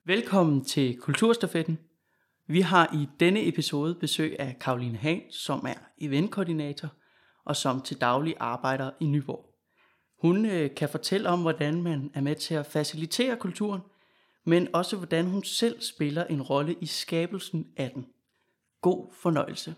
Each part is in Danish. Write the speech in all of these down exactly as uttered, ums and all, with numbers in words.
Velkommen til Kulturstafetten. Vi har i denne episode besøg af Caroline Hahn, som er eventkoordinator og som til daglig arbejder i Nyborg. Hun øh, kan fortælle om, hvordan man er med til at facilitere kulturen, men også hvordan hun selv spiller en rolle i skabelsen af den. God fornøjelse.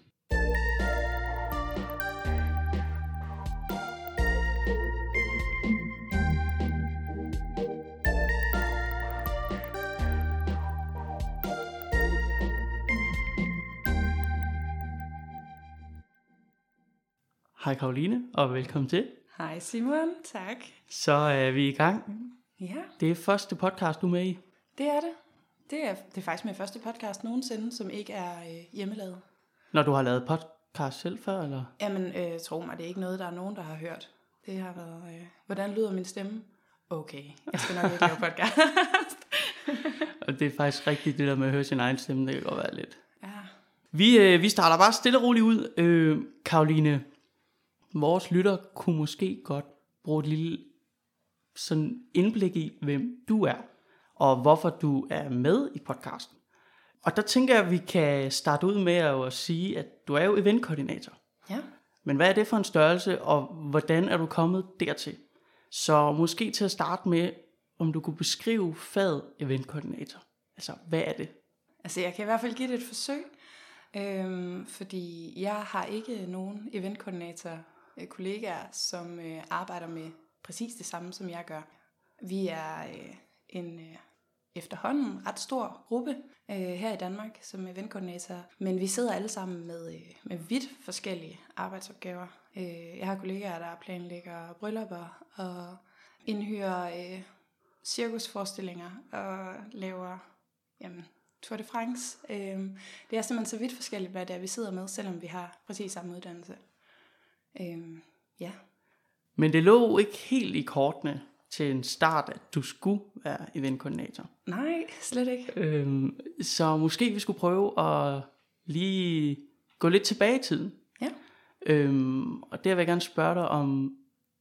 Hej Caroline, og velkommen til. Hej Simon, tak. Så er vi i gang. Ja, Det er første podcast, du er med i. det er det. Det er, det er faktisk min første podcast nogensinde, som ikke er øh, hjemmelavet. Når du har lavet podcast selv før, eller? Jamen, øh, tro mig, det er ikke noget, der er nogen, der har hørt. Det har været, øh, hvordan lyder min stemme? Okay, jeg skal nok ikke lave podcast. Og det er faktisk rigtigt, det der med at høre sin egen stemme, det kan godt være lidt. Ja. Vi, øh, vi starter bare stille og roligt ud. Øh, Caroline, vores lytter kunne måske godt bruge et lille sådan indblik i, hvem du er, og hvorfor du er med i podcasten. Og der tænker jeg, at vi kan starte ud med at sige, at du er jo eventkoordinator. Ja. Men hvad er det for en størrelse, og hvordan er du kommet dertil? Så måske til at starte med, om du kunne beskrive faget eventkoordinator. Altså, hvad er det? Altså, jeg kan i hvert fald give det et forsøg, øhm, fordi jeg har ikke nogen eventkoordinator kollegaer, som øh, arbejder med præcis det samme, som jeg gør. Vi er øh, en øh, efterhånden ret stor gruppe øh, her i Danmark som eventkoordinatorer, men vi sidder alle sammen med, øh, med vidt forskellige arbejdsopgaver. Øh, jeg har kollegaer, der planlægger bryllupper og indhyrer øh, cirkusforestillinger og laver jamen, Tour de France. Øh, det er simpelthen så vidt forskelligt, hvad det er, vi sidder med, selvom vi har præcis samme uddannelse. Øhm, ja. Men det lå ikke helt i kortene til en start, at du skulle være eventkoordinator. Nej, slet ikke. Øhm, så måske vi skulle prøve at lige gå lidt tilbage i tiden. Ja. Øhm, og der vil jeg gerne spørge dig om,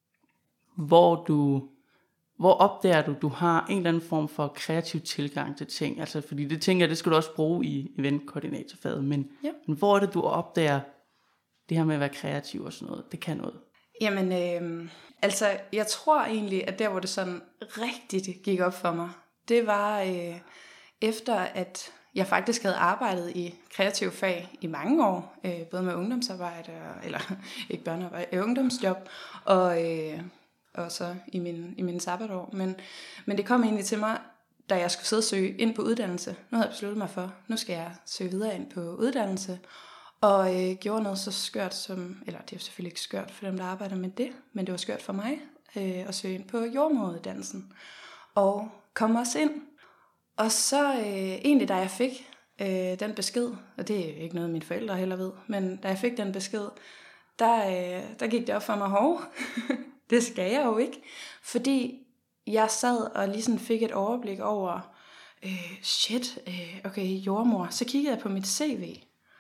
hvor du, hvor opdager du, du har en eller anden form for kreativ tilgang til ting. Altså, fordi det tænker jeg, det skal du også bruge i eventkoordinatorfaget. Men, Ja. men hvor er det, du opdager det her med at være kreativ og sådan noget? Det kan noget. Jamen, øh, altså, jeg tror egentlig, at der, hvor det sådan rigtigt gik op for mig, det var øh, efter, at jeg faktisk havde arbejdet i kreativ fag i mange år, øh, både med ungdomsarbejde, og, eller ikke børnearbejde, øh, ungdomsjob, og, øh, og så i min, i min sabbatår. Men, men det kom egentlig til mig, da jeg skulle sidde og søge ind på uddannelse. Nu havde jeg besluttet mig for, nu skal jeg søge videre ind på uddannelse, og øh, gjorde noget så skørt som, eller det er jo selvfølgelig ikke skørt for dem, der arbejder med det, men det var skørt for mig øh, at søge ind på jordemoderuddannelsen. Og kom også ind. Og så øh, egentlig, da jeg fik øh, den besked, og det er ikke noget, mine forældre heller ved, men da jeg fik den besked, der, øh, der gik det op for mig, hov, det skal jeg jo ikke. Fordi jeg sad og ligesom fik et overblik over, øh, shit, øh, okay, jordemor. Så kiggede jeg på mit C V.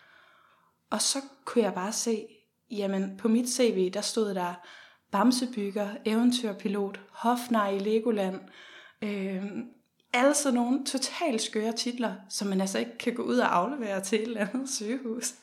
Og så kunne jeg bare se, jamen på mit C V, der stod der bamsebygger, eventyrpilot, hofnar i Legoland. Øh, alle sådan nogle totalt skøre titler, som man altså ikke kan gå ud og aflevere til et eller andet sygehus.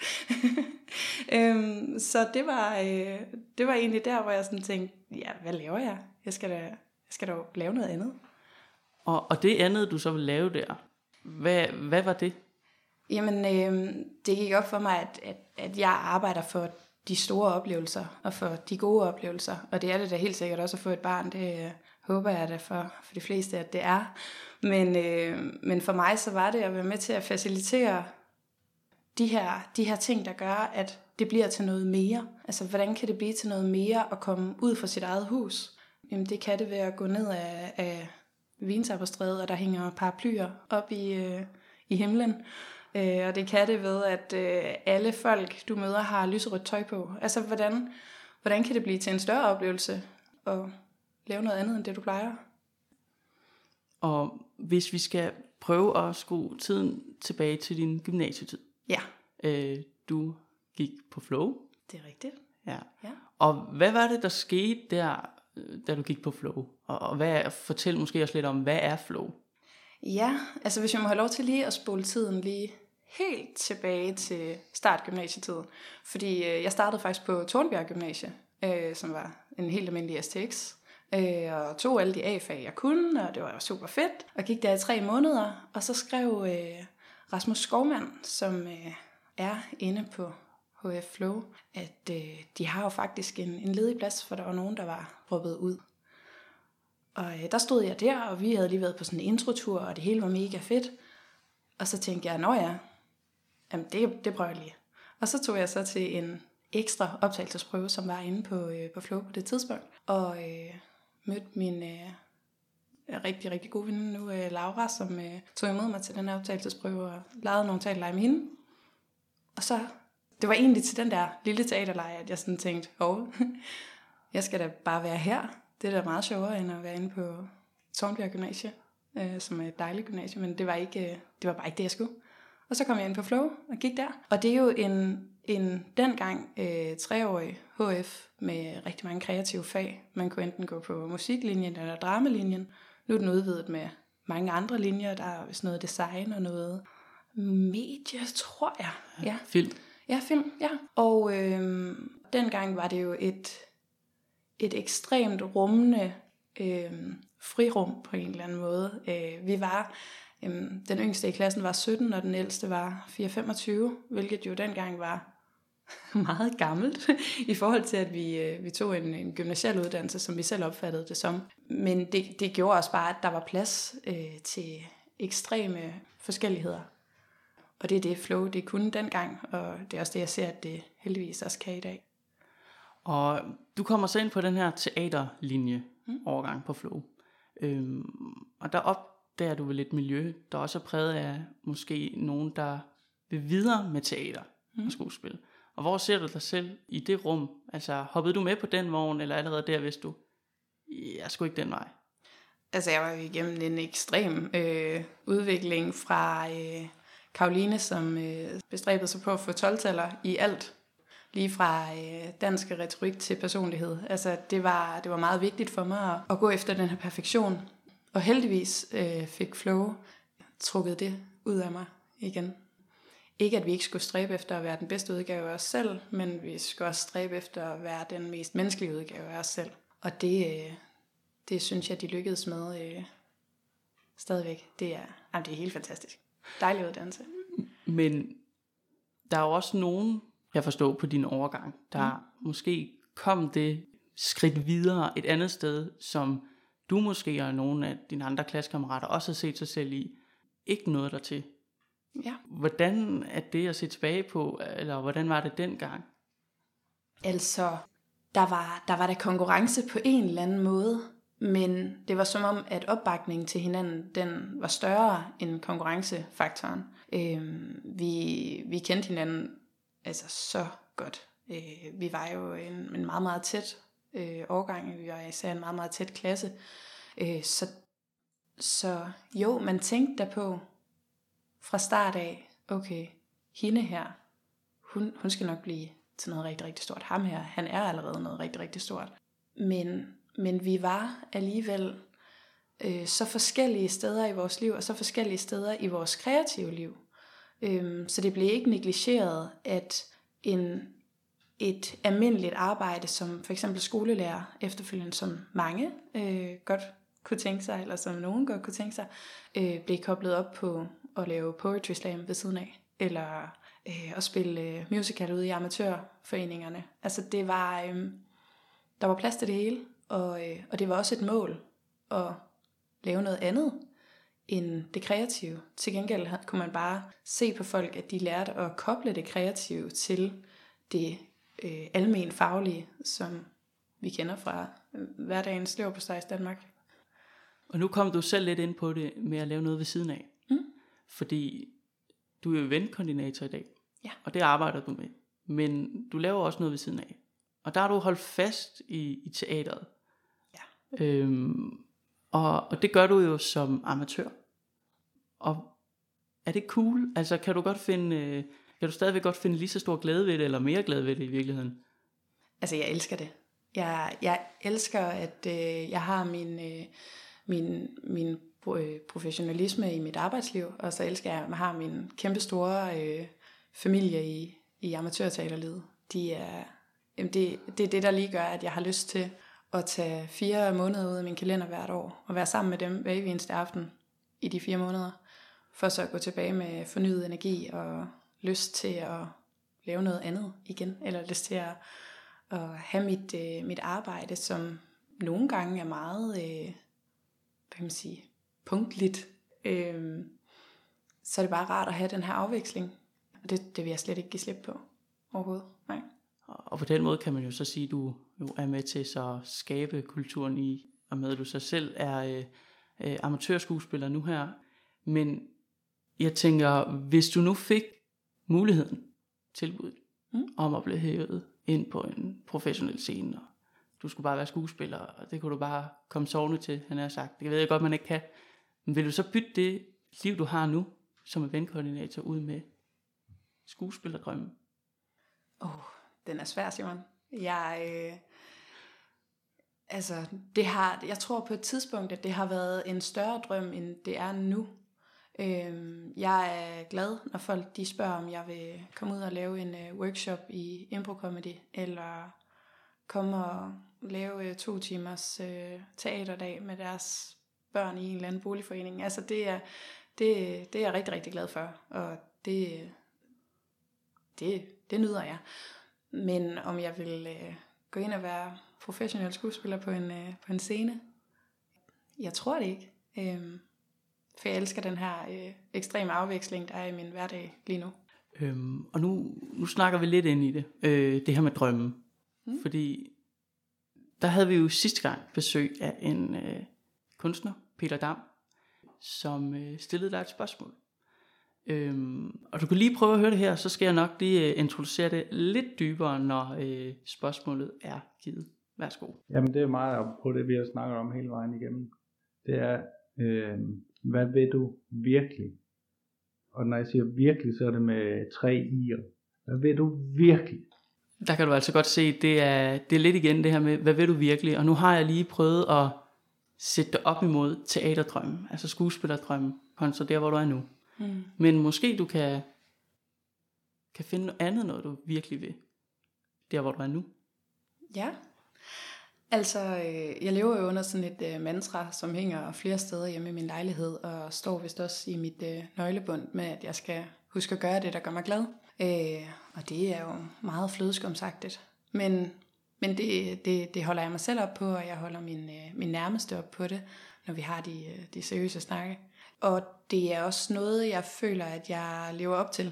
øh, så det var, øh, det var egentlig der, hvor jeg sådan tænkte, ja, hvad laver jeg? Jeg skal da, jeg skal da lave noget andet. Og, og det andet, du så vil lave der, hvad, hvad var det? Jamen, øh, det gik op for mig, at, at, at jeg arbejder for de store oplevelser, og for de gode oplevelser. Og det er det da helt sikkert også at få et barn. Det øh, håber jeg da for, for de fleste, at det er. Men, øh, men for mig så var det at være med til at facilitere de her, de her ting, der gør, at det bliver til noget mere. Altså, hvordan kan det blive til noget mere at komme ud fra sit eget hus? Jamen, det kan det ved at gå ned af, af Vinsapperstræde, og der hænger paraplyer op i, øh, i himlen. Øh, og det kan det ved, at øh, alle folk, du møder, har lyserødt tøj på. Altså, hvordan, hvordan kan det blive til en større oplevelse at lave noget andet, end det du plejer? Og hvis vi skal prøve at skrue tiden tilbage til din gymnasietid. Ja. Øh, du gik på Flow. Det er rigtigt. Ja. Ja. Og hvad var det, der skete der, da du gik på Flow? Og, og hvad, fortæl måske også lidt om, hvad er Flow? Ja, altså hvis jeg må have lov til lige at spole tiden lige helt tilbage til start gymnasietiden. Fordi øh, jeg startede faktisk på Tornbjerg Gymnasie, øh, som var en helt almindelig S T X. Øh, og tog alle de A-fag, jeg kunne, og det var super fedt. Og gik der i tre måneder, og så skrev øh, Rasmus Skovmand, som øh, er inde på H F Flow, at øh, de har jo faktisk en, en ledig plads, for der var nogen, der var droppet ud. Og øh, der stod jeg der, og vi havde lige været på sådan en introtur, og det hele var mega fedt. Og så tænkte jeg, nå ja, jamen det, det prøver jeg lige. Og så tog jeg så til en ekstra optagelsesprøve, som var inde på, øh, på Flow på det tidspunkt. Og øh, mødte min øh, rigtig, rigtig gode veninde nu, øh, Laura, som øh, tog imod mig til den her optagelsesprøve og lavede nogle teaterleje med hende. Og så, det var egentlig til den der lille teaterleje, at jeg sådan tænkte, åh, oh, jeg skal da bare være her. Det er da meget sjovere, end at være inde på Tornbjerg Gymnasie, øh, som er et dejligt gymnasie, men det var, ikke, øh, det var bare ikke det, jeg skulle. Og så kom jeg ind på Flow og gik der. Og det er jo en, en dengang øh, treårig H F med rigtig mange kreative fag. Man kunne enten gå på musiklinjen eller dramalinjen. Nu er den udvidet med mange andre linjer. Der er vist noget design og noget medie, tror jeg. Ja, film. Ja, film, ja. Og øh, dengang var det jo et, et ekstremt rummende øh, frirum på en eller anden måde. Øh, vi var... Øhm, den yngste i klassen var sytten, og den ældste var fire femogtyve, hvilket jo dengang var meget gammelt i forhold til, at vi, øh, vi tog en, en gymnasial uddannelse, som vi selv opfattede det som. Men det, det gjorde også bare, at der var plads øh, til ekstreme forskelligheder. Og det er det Flow, det kunne dengang, og det er også det, jeg ser, at det heldigvis også kan i dag. Og du kommer så ind på den her teaterlinje overgang på Flow. Øhm, og der op der er du vel et miljø, der også er præget af måske nogen, der vil videre med teater mm. og skuespil. Og hvor ser du dig selv i det rum? Altså, hoppede du med på den vogn, eller allerede der vidste du, jeg skulle ikke den vej? Altså, jeg var jo igennem en ekstrem øh, udvikling fra øh, Karoline, som øh, bestræbede sig på at få tolv-taller i alt. Lige fra øh, dansk retorik til personlighed. Altså, det var, det var meget vigtigt for mig at, at gå efter den her perfektion. Og heldigvis øh, fik Flow trukket det ud af mig igen. Ikke at vi ikke skulle stræbe efter at være den bedste udgave af os selv, men vi skulle også stræbe efter at være den mest menneskelige udgave af os selv. Og det, øh, det synes jeg, de lykkedes med øh, stadigvæk. Det er, jamen, det er helt fantastisk. Dejlig uddannelse. Men der er jo også nogen, jeg forstår på din overgang, der mm. måske kom det skridt videre et andet sted, som du måske og nogle af dine andre klassekammerater også har set sig selv i, ikke noget der til. Ja. Hvordan er det at se tilbage på, eller hvordan var det dengang? Altså, der var der var der konkurrence på en eller anden måde, men det var som om, at opbakningen til hinanden, den var større end konkurrencefaktoren. Øhm, vi, vi kendte hinanden altså så godt. Øh, vi var jo en, en meget, meget tæt øh, årgang. Vi var især en meget, meget tæt klasse. Øh, så, så jo, man tænkte derpå fra start af, okay, hende her, hun, hun skal nok blive til noget rigtig, rigtig stort. Ham her, han er allerede noget rigtig, rigtig stort. Men, men vi var alligevel øh, så forskellige steder i vores liv, og så forskellige steder i vores kreative liv. Øh, så det blev ikke negligeret, at en, et almindeligt arbejde, som for eksempel skolelærer efterfølgende, som mange øh, godt kunne tænke sig, eller som nogen godt kunne tænke sig, øh, blev koblet op på at lave poetry slam ved siden af, eller øh, at spille øh, musical ude i amatørforeningerne. Altså det var, øh, der var plads til det hele, og, øh, og det var også et mål at lave noget andet end det kreative. Til gengæld kunne man bare se på folk, at de lærte at koble det kreative til det øh, almen faglige, som vi kender fra øh, hverdagens leverpostejs Danmark. Og nu kom du selv lidt ind på det med at lave noget ved siden af. Mm. Fordi du er jo eventkoordinator i dag. Ja. Og det arbejder du med. Men du laver også noget ved siden af. Og der har du holdt fast i, i teateret. Ja. Øhm, og, og det gør du jo som amatør. Og er det cool? Altså kan du godt finde, øh, kan du stadigvæk godt finde lige så stor glæde ved det, eller mere glæde ved det i virkeligheden? Altså jeg elsker det. Jeg, jeg elsker, at øh, jeg har min, øh, min, min professionalisme i mit arbejdsliv, og så elsker jeg at have min kæmpe store øh, familie i, i amatørteaterlivet. De er, jamen det, det er det, der lige gør, at jeg har lyst til at tage fire måneder ud af min kalender hvert år, og være sammen med dem hver eneste aften i de fire måneder, for så at gå tilbage med fornyet energi og lyst til at lave noget andet igen, eller lyst til at, at have mit, øh, mit arbejde, som nogle gange er meget, øh, hvad kan man sige, punktligt. Øh, så er det bare rart at have den her afveksling, og det, det vil jeg slet ikke give slip på overhovedet. Nej. Og på den måde kan man jo så sige, at du jo er med til så at skabe kulturen i, og med at du så selv er øh, øh, amatørskuespiller nu her. Men jeg tænker, hvis du nu fik muligheden, tilbuddet, mm. om at blive hævet ind på en professionel scene, og du skulle bare være skuespiller, og det kunne du bare komme sovende til, han har sagt. Det ved jeg godt, man ikke kan. Men vil du så bytte det liv, du har nu, som eventkoordinator, ud med skuespillerdrømmen? Åh, oh, den er svær, Simon. Jeg, øh, altså, det har, jeg tror på et tidspunkt, at det har været en større drøm, end det er nu. Øh, jeg er glad, når folk de spørger, om jeg vil komme ud og lave en uh, workshop i impro-comedy, eller komme og lave uh, to timers uh, teaterdag med deres børn i en eller anden boligforening. Altså, det er, det, det er jeg rigtig, rigtig glad for, og det, det, det nyder jeg. Men om jeg vil øh, gå ind og være professionel skuespiller på en, øh, på en scene, jeg tror det ikke. Øhm, for jeg elsker den her øh, ekstreme afveksling, der er i min hverdag lige nu. Øhm, og nu, nu snakker vi lidt ind i det, øh, det her med drømmen. Mm. Fordi der havde vi jo sidste gang besøg af en øh, kunstner, Peter Dam, som øh, stillede dig et spørgsmål. Øhm, og du kan lige prøve at høre det her, så skal jeg nok lige uh, introducere det lidt dybere, når uh, spørgsmålet er givet. Værsgo. Jamen det er meget op på det, vi har snakket om hele vejen igennem. Det er, øh, hvad vil du virkelig? Og når jeg siger virkelig, så er det med tre i'er. Hvad vil du virkelig? Der kan du altså godt se, det er, det er lidt igen det her med, hvad vil du virkelig? Og nu har jeg lige prøvet at sætte det op imod teaterdrømmen, altså skuespillerdrømmen, kontra der, hvor du er nu. Mm. Men måske du kan kan finde noget andet, noget du virkelig vil, der hvor du er nu. Ja, altså øh, jeg lever jo under sådan et øh, mantra, som hænger flere steder hjemme i min lejlighed, og står vist også i mit øh, nøglebund med, at jeg skal huske at gøre det, der gør mig glad. Øh, og det er jo meget flødeskumsagtigt, men, men det, det, det holder jeg mig selv op på, og jeg holder min, øh, min nærmeste op på det, når vi har de, de seriøse snakke. Og det er også noget, jeg føler, at jeg lever op til.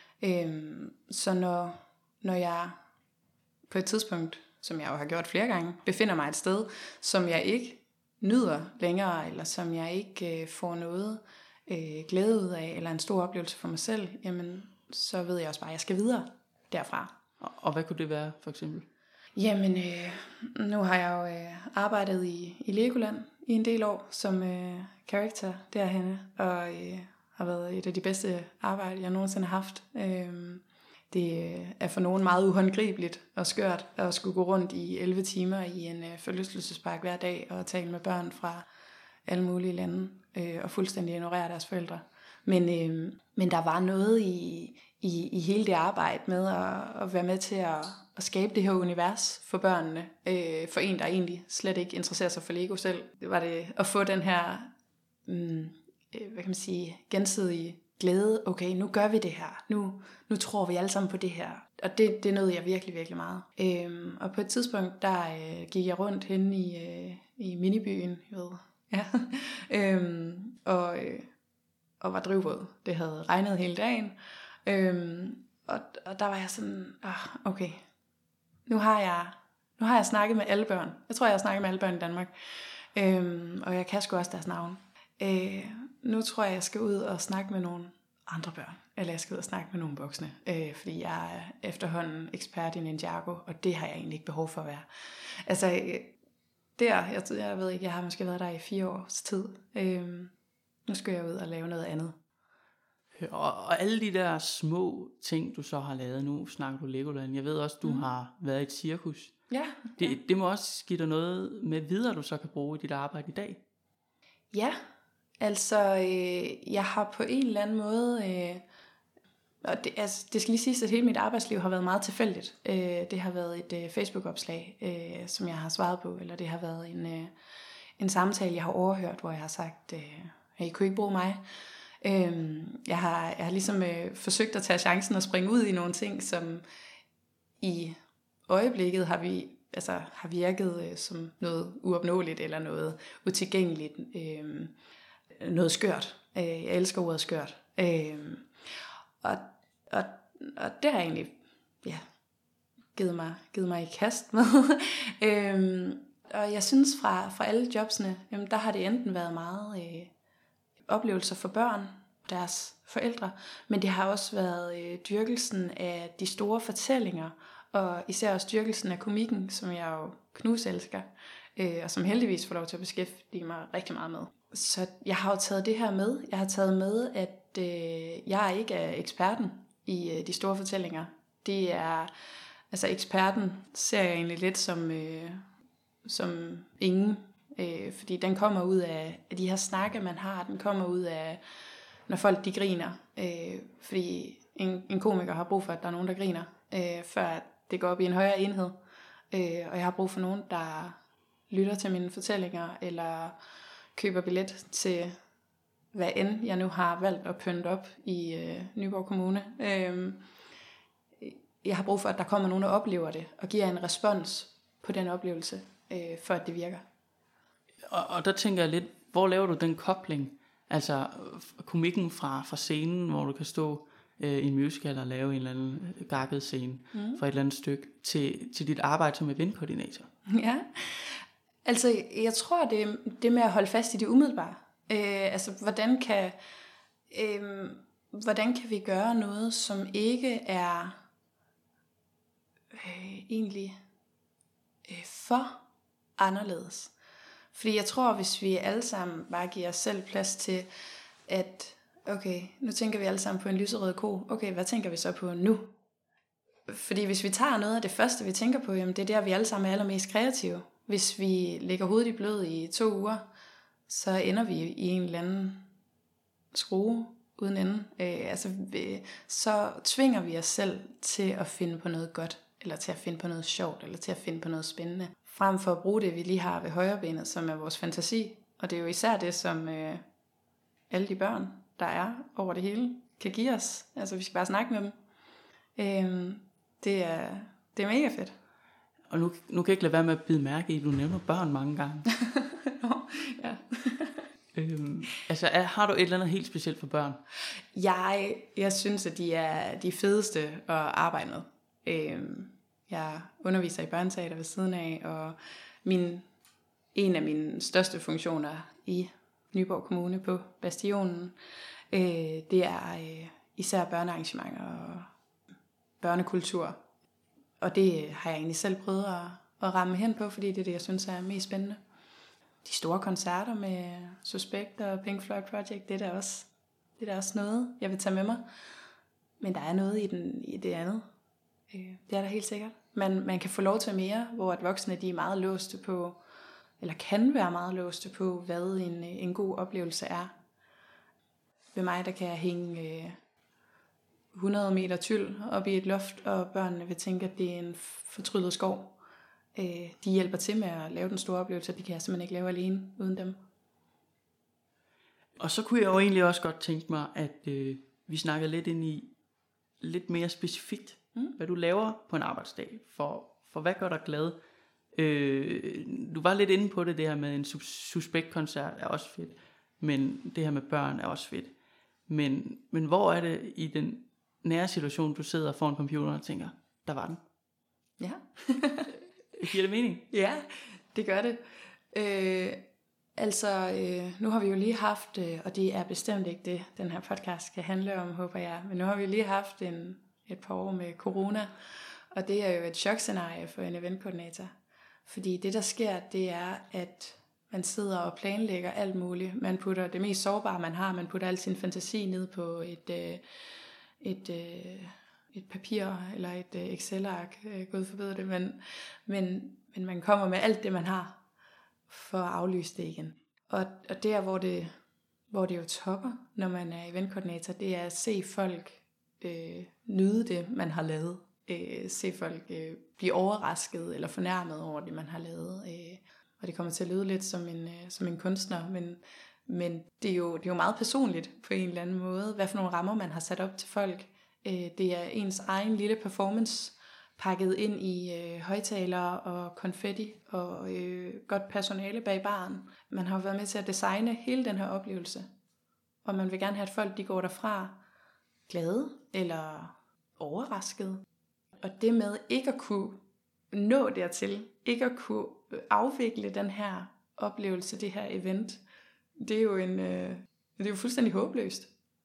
Øhm, så når, når jeg på et tidspunkt, som jeg jo har gjort flere gange, befinder mig et sted, som jeg ikke nyder længere, eller som jeg ikke øh, får noget øh, glæde ud af, eller en stor oplevelse for mig selv, jamen, så ved jeg også bare, at jeg skal videre derfra. Og, og hvad kunne det være, for eksempel? Jamen, øh, nu har jeg jo øh, arbejdet i, i Legoland i en del år som øh, character derhenne, og øh, har været et af de bedste arbejde, jeg nogensinde har haft. Øh, det er for nogen meget uhåndgribeligt og skørt at skulle gå rundt i elleve timer i en øh, forlystelsespark hver dag og tale med børn fra alle mulige lande øh, og fuldstændig ignorere deres forældre. Men, øh, men der var noget i, i, i hele det arbejde med at, at være med til at, at skabe det her univers for børnene, øh, for en, der egentlig slet ikke interesserer sig for Lego selv. Det var det at få den her, øh, hvad kan man sige, gensidige glæde. Okay, nu gør vi det her. Nu, nu tror vi alle sammen på det her. Og det, det nød jeg virkelig, virkelig meget. Øh, og på et tidspunkt, der øh, gik jeg rundt henne i, øh, i minibyen, jeg ved. Ja. øh, og... Øh, og var drivvåd. Det havde regnet hele dagen. Øhm, og, og der var jeg sådan, ah, okay, nu har jeg nu har jeg snakket med alle børn. Jeg tror, jeg har snakket med alle børn i Danmark. Øhm, og jeg kan sgu også deres navn. Øh, nu tror jeg, jeg skal ud og snakke med nogle andre børn. Eller jeg skal ud og snakke med nogle voksne. Øh, fordi jeg er efterhånden ekspert i Ninjago, og det har jeg egentlig ikke behov for at være. Altså, der, jeg, jeg ved ikke, jeg har måske været der i fire års tid. Øh, Nu skal jeg ud og lave noget andet. Og, og alle de der små ting, du så har lavet, nu snakker du Legoland. Jeg ved også, du mm. har været i et cirkus. Ja. Det, det må også give dig noget med videre, du så kan bruge i dit arbejde i dag. Ja, Altså, øh, jeg har på en eller anden måde... Øh, og det, altså, det skal lige siges, at hele mit arbejdsliv har været meget tilfældigt. Øh, det har været et øh, Facebook-opslag, øh, som jeg har svaret på, eller det har været en, øh, en samtale, jeg har overhørt, hvor jeg har sagt, øh, hey, I kunne ikke bruge mig. Øh, jeg, har, jeg har ligesom øh, forsøgt at tage chancen og springe ud i nogle ting, som i øjeblikket har vi altså har virket øh, som noget uopnåeligt eller noget utilgængeligt, øh, noget skørt. Øh, jeg elsker ordet skørt. Øh, og, og, og det har egentlig ja, givet, mig, givet mig i kast med. øh, og jeg synes fra, fra alle jobsene, jamen, der har det enten været meget øh, oplevelser for børn, deres forældre, men det har også været øh, dyrkelsen af de store fortællinger, og især også dyrkelsen af komikken, som jeg jo knuselsker, øh, og som heldigvis får lov til at beskæftige mig rigtig meget med. Så jeg har jo taget det her med. Jeg har taget med, at øh, jeg ikke er eksperten i øh, de store fortællinger. Det er, altså eksperten ser jeg egentlig lidt som, øh, som ingen, øh, fordi den kommer ud af, af de her snakke, man har. Den kommer ud af, når folk de griner, øh, fordi en, en komiker har brug for, at der er nogen, der griner, øh, før at det går op i en højere enhed. Øh, og jeg har brug for nogen, der lytter til mine fortællinger, eller køber billet til, hvad end jeg nu har valgt at pynte op i øh, Nyborg Kommune. Øh, jeg har brug for, at der kommer nogen, der oplever det, og giver en respons på den oplevelse, øh, for at det virker. Og, og der tænker jeg lidt, hvor laver du den kobling? Altså komikken fra, fra scenen, hvor du kan stå øh, i en musical og lave en eller anden gakket scene mm. fra et eller andet stykke, til, til dit arbejde som eventkoordinator. Ja, altså jeg tror, det, det med at holde fast i det umiddelbare. Øh, altså hvordan kan, øh, hvordan kan vi gøre noget, som ikke er øh, egentlig øh, for anderledes? Fordi jeg tror, hvis vi alle sammen bare giver os selv plads til, at okay, nu tænker vi alle sammen på en lyserød ko. Okay, hvad tænker vi så på nu? Fordi hvis vi tager noget af det første, vi tænker på, jamen det er der, vi alle sammen er allermest kreative. Hvis vi lægger hovedet i blød i to uger, så ender vi i en eller anden skrue uden ende. Øh, altså, vi, så tvinger vi os selv til at finde på noget godt, eller til at finde på noget sjovt, eller til at finde på noget spændende. Frem for at bruge det, vi lige har ved højrebenet, som er vores fantasi. Og det er jo især det, som øh, alle de børn, der er over det hele, kan give os. Altså, vi skal bare snakke med dem. Øh, det, er, det er mega fedt. Og nu, nu kan jeg ikke lade være med at bide mærke i, du nævner børn mange gange. Ja. øhm, altså, er, har du et eller andet helt specielt for børn? Jeg, jeg synes, at de er de fedeste at arbejde med. Øhm, jeg underviser i børneteater ved siden af, og min, en af mine største funktioner i Nyborg Kommune på Bastionen, øh, det er øh, især børnearrangementer og børnekultur. Og det har jeg egentlig selv prøvet at, at ramme hen på, fordi det er det, jeg synes er mest spændende. De store koncerter med Suspekt og Pink Floyd Project, det er da også, det er da også noget, jeg vil tage med mig. Men der er noget i, den, i det andet. Det er der helt sikkert. Man, man kan få lov til mere, hvor at voksne de er meget låste på, eller kan være meget låste på, hvad en, en god oplevelse er. Ved mig, der kan jeg hænge hundrede meter tyld op i et loft, og børnene vil tænke, at det er en fortryllet skov. De hjælper til med at lave den store oplevelse, det kan jeg simpelthen ikke lave alene uden dem. Og så kunne jeg jo egentlig også godt tænke mig, at øh, vi snakker lidt ind i, lidt mere specifikt, mm. hvad du laver på en arbejdsdag, for, for hvad gør dig glad? Øh, du var lidt inde på det, det her med en Suspekt-koncert er også fedt, men det her med børn er også fedt. Men, men hvor er det i den nære situation, du sidder foran computeren og tænker, der var den? Ja. Giver det mening? Ja, det gør det. Øh, altså, øh, nu har vi jo lige haft, øh, og det er bestemt ikke det, den her podcast skal handle om, håber jeg, men nu har vi lige haft en, et par år med corona, og det er jo et chokscenarie for en eventkoordinator. Fordi det, der sker, det er, at man sidder og planlægger alt muligt. Man putter det mest sårbare, man har, man putter al sin fantasi ned på et, øh, et, øh, et papir eller et øh, Excel-ark, øh, Gud forbyde det, men, men, men man kommer med alt det, man har, for at aflyse det igen. Og, og der, hvor det, hvor det jo topper, når man er eventkoordinator, det er at se folk øh, nyde det, man har lavet. Øh, se folk øh, blive overrasket eller fornærmet over det, man har lavet. Øh, og det kommer til at lyde lidt som en, øh, som en kunstner, men, men det, er jo, det er jo meget personligt på en eller anden måde, hvad for nogle rammer man har sat op til folk. Øh, det er ens egen lille performance, pakket ind i øh, højtalere og konfetti og øh, godt personale bag baren. Man har været med til at designe hele den her oplevelse, og man vil gerne have, at folk de går derfra glade eller overrasket. Og det med ikke at kunne nå dertil, ikke at kunne afvikle den her oplevelse, det her event, det er jo, en, øh, det er jo fuldstændig håbløst.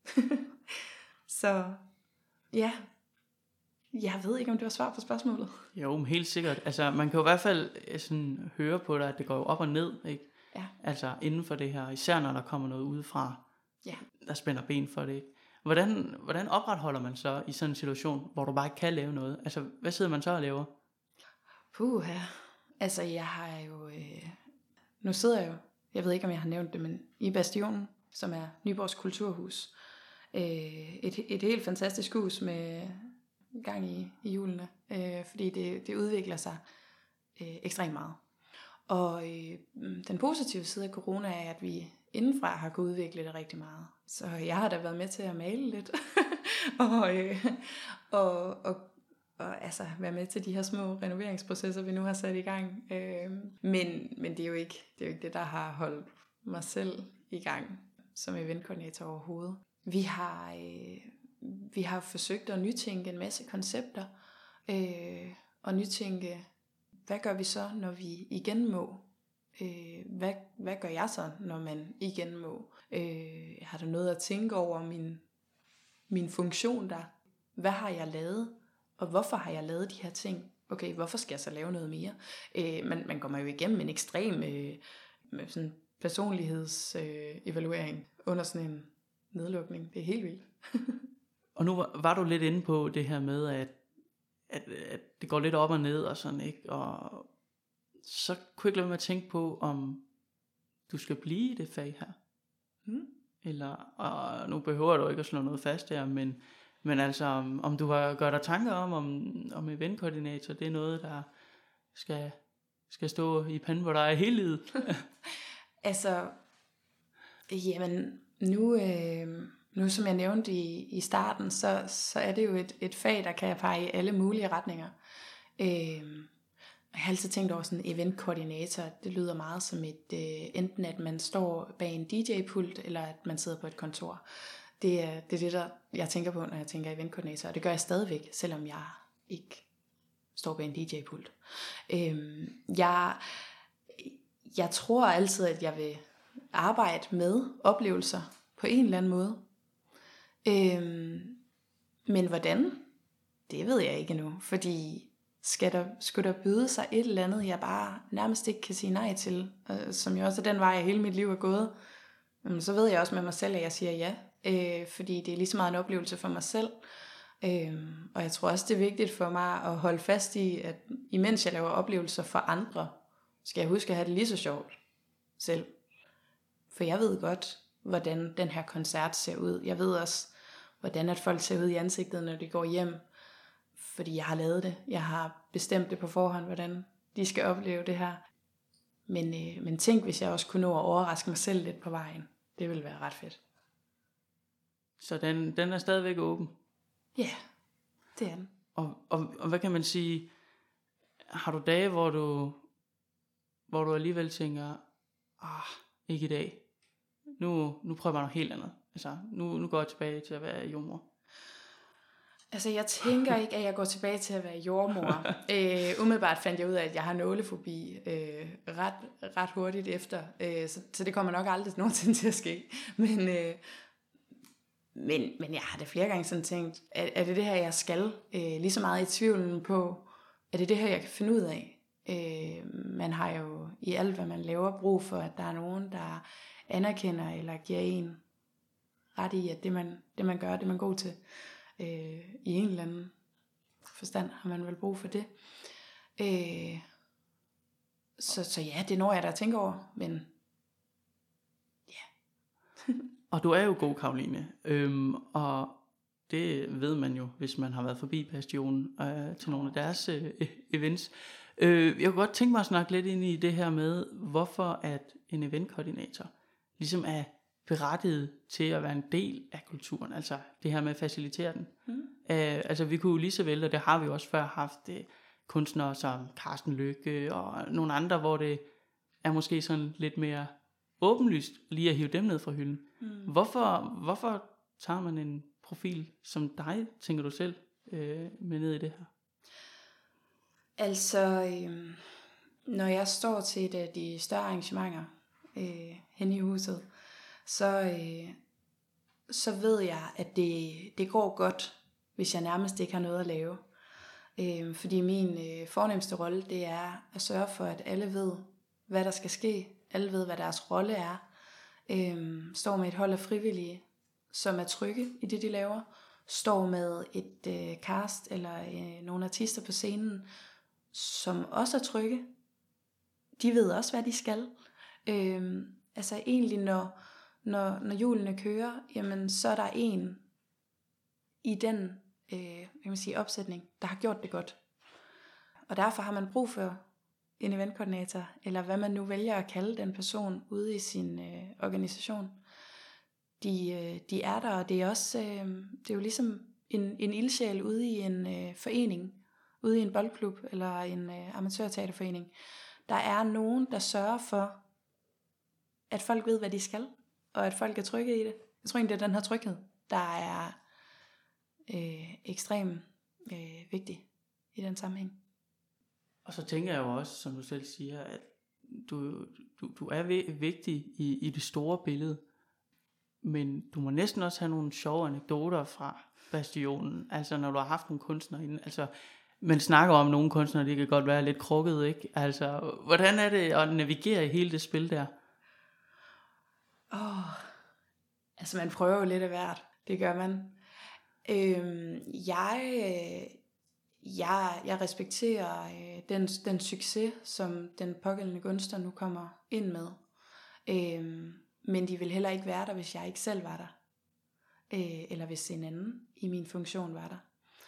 Så ja, jeg ved ikke, om det var svar på spørgsmålet. Jo, men helt sikkert. Altså, man kan jo i hvert fald sådan høre på dig, at det går jo op og ned, ikke? Ja. Altså inden for det her, især når der kommer noget udefra, Ja. der spænder ben for det, ikke? Hvordan, hvordan opretholder man så i sådan en situation, hvor du bare ikke kan lave noget? Altså, hvad sidder man så og laver? Puh, ja. Altså, jeg har jo... Øh... Nu sidder jeg jo, jeg ved ikke, om jeg har nævnt det, men i Bastionen, som er Nyborgs Kulturhus. Øh, et, et helt fantastisk hus med gang i, i julene, øh, fordi det, det udvikler sig øh, ekstremt meget. Og øh, den positive side af corona er, at vi indenfra har kunnet udvikle det rigtig meget. Så jeg har da været med til at male lidt, og, øh, og, og, og altså være med til de her små renoveringsprocesser, vi nu har sat i gang. Øh, men men det, er jo ikke, det er jo ikke det, der har holdt mig selv i gang som eventkoordinator overhovedet. Vi har, øh, vi har forsøgt at nytænke en masse koncepter, øh, og nytænke, hvad gør vi så, når vi igen må? Øh, hvad, hvad gør jeg så, når man igen må? Øh, har der noget at tænke over min, min funktion der? Hvad har jeg lavet? Og hvorfor har jeg lavet de her ting? Okay, hvorfor skal jeg så lave noget mere? Øh, man, man kommer jo igennem en ekstrem øh, sådan personlighedsevaluering øh, evaluering under sådan en nedlukning. Det er helt vildt. Og nu var, var du lidt inde på det her med, at, at, at det går lidt op og ned og sådan, ikke? Og så kunne jeg ikke lade mig at tænke på, om du skal blive i det fag her. Mm. Eller, og nu behøver du ikke at slå noget fast her, men, men altså, om, om du har gør dig tanker om, om, om eventkoordinator, det er noget, der skal, skal stå i panden på dig hele livet. Altså, jamen, nu, øh, nu som jeg nævnte i, i starten, så, så er det jo et, et fag, der kan pege i alle mulige retninger. Øh, Jeg har altid tænkt over sådan en eventkoordinator. Det lyder meget som et, øh, enten at man står bag en D J-pult, eller at man sidder på et kontor. Det er det, er det der jeg tænker på, når jeg tænker eventkoordinator. Og det gør jeg stadigvæk, selvom jeg ikke står bag en D J-pult. Øh, jeg, jeg tror altid, at jeg vil arbejde med oplevelser på en eller anden måde. Øh, men hvordan? Det ved jeg ikke endnu, fordi skal der, skulle der byde sig et eller andet, jeg bare nærmest ikke kan sige nej til, øh, som jo også er den vej, jeg hele mit liv er gået, øh, så ved jeg også med mig selv, at jeg siger ja, øh, fordi det er lige så meget en oplevelse for mig selv, øh, og jeg tror også, det er vigtigt for mig at holde fast i, at imens jeg laver oplevelser for andre, skal jeg huske at have det lige så sjovt selv, for jeg ved godt, hvordan den her koncert ser ud, jeg ved også, hvordan at folk ser ud i ansigtet, når de går hjem, fordi jeg har lavet det. Jeg har bestemt det på forhånd, hvordan de skal opleve det her. Men, øh, men tænk, hvis jeg også kunne nå at overraske mig selv lidt på vejen. Det ville være ret fedt. Så den, den er stadigvæk åben? Ja, yeah, det er den. Og, og, og hvad kan man sige, har du dage, hvor du, hvor du alligevel tænker, ah, ikke i dag. Nu, nu prøver jeg noget helt andet. Altså, nu, nu går jeg tilbage til at være jordmor. Altså, jeg tænker ikke, at jeg går tilbage til at være jordmor. øh, umiddelbart fandt jeg ud af, at jeg har nålefobi øh, ret, ret hurtigt efter. Øh, så, så det kommer nok aldrig nogensinde til at ske. Men, øh, men, men jeg har det flere gange sådan tænkt, er, er det det her, jeg skal? Øh, lige så meget i tvivlen på, er det det her, jeg kan finde ud af? Øh, man har jo i alt, hvad man laver, brug for, at der er nogen, der anerkender eller giver en ret i, at det man, det man gør, det man er god til. Øh, i en eller anden forstand har man vel brug for det. Øh, så, så ja, det når jeg da at tænke over, men ja. Og du er jo god, Karoline, øhm, og det ved man jo, hvis man har været forbi Bastionen øh, til nogle af deres øh, events. Øh, jeg kunne godt tænke mig at snakke lidt ind i det her med, hvorfor at en eventkoordinator ligesom er berettiget til at være en del af kulturen, altså det her med at facilitere den. Mm. Øh, altså vi kunne jo lige så vel, og det har vi jo også før haft, øh, kunstnere som Carsten Lykke og nogle andre, hvor det er måske sådan lidt mere åbenlyst lige at hive dem ned fra hylden. Mm. Hvorfor, hvorfor tager man en profil som dig, tænker du selv, øh, med ned i det her? Altså, øh, når jeg står til et af de større arrangementer øh, henne i huset, så, øh, så ved jeg, at det, det går godt, hvis jeg nærmest ikke har noget at lave. Øh, fordi min øh, fornemmeste rolle, det er at sørge for, at alle ved, hvad der skal ske. Alle ved, hvad deres rolle er. Øh, står med et hold af frivillige, som er trygge i det, de laver. Står med et øh, cast eller øh, nogle artister på scenen, som også er trygge. De ved også, hvad de skal. Øh, altså egentlig, når, når, når hjulene kører, jamen, så er der en i den øh, jeg kan sige, opsætning, der har gjort det godt. Og derfor har man brug for en eventkoordinator, eller hvad man nu vælger at kalde den person ude i sin øh, organisation. De, øh, de er der, og det er også øh, det er jo ligesom en, en ildsjæl ude i en øh, forening, ude i en boldklub eller en øh, amatørteaterforening. Der er nogen, der sørger for, at folk ved, hvad de skal, og at folk er trygge i det. Jeg tror egentlig, det er den her tryghed, der er øh, ekstremt øh, vigtig i den sammenhæng. Og så tænker jeg jo også, som du selv siger, at du, du, du er vigtig i, i det store billede, men du må næsten også have nogle sjove anekdoter fra Bastionen, altså når du har haft nogle kunstnere inden, altså man snakker om nogle kunstnere, det kan godt være lidt krukket, ikke? Altså, hvordan er det at navigere i hele det spil der? Åh, oh, altså man prøver jo lidt af hvert, det gør man. Øhm, jeg... Jeg, jeg respekterer øh, den, den succes, som den pågældende kunstner nu kommer ind med. Øh, men de vil heller ikke være der, hvis jeg ikke selv var der. Øh, eller hvis en anden i min funktion var der.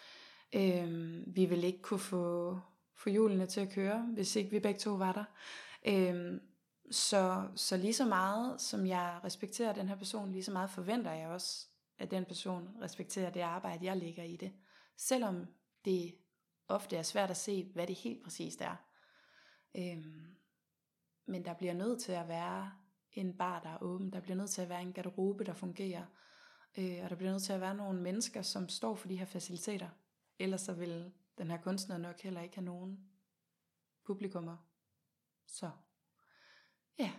Øh, vi vil ikke kunne få, få hjulene til at køre, hvis ikke vi begge to var der. Øh, så, så lige så meget, som jeg respekterer den her person, lige så meget forventer jeg også, at den person respekterer det arbejde, jeg lægger i det. Selvom det ofte er svært at se, hvad det helt præcist er. Øhm, men der bliver nødt til at være en bar, der er åben. Der bliver nødt til at være en garderobe, der fungerer. Øh, og der bliver nødt til at være nogle mennesker, som står for de her faciliteter. Ellers så vil den her kunstner nok heller ikke have nogen publikummer. Så, ja.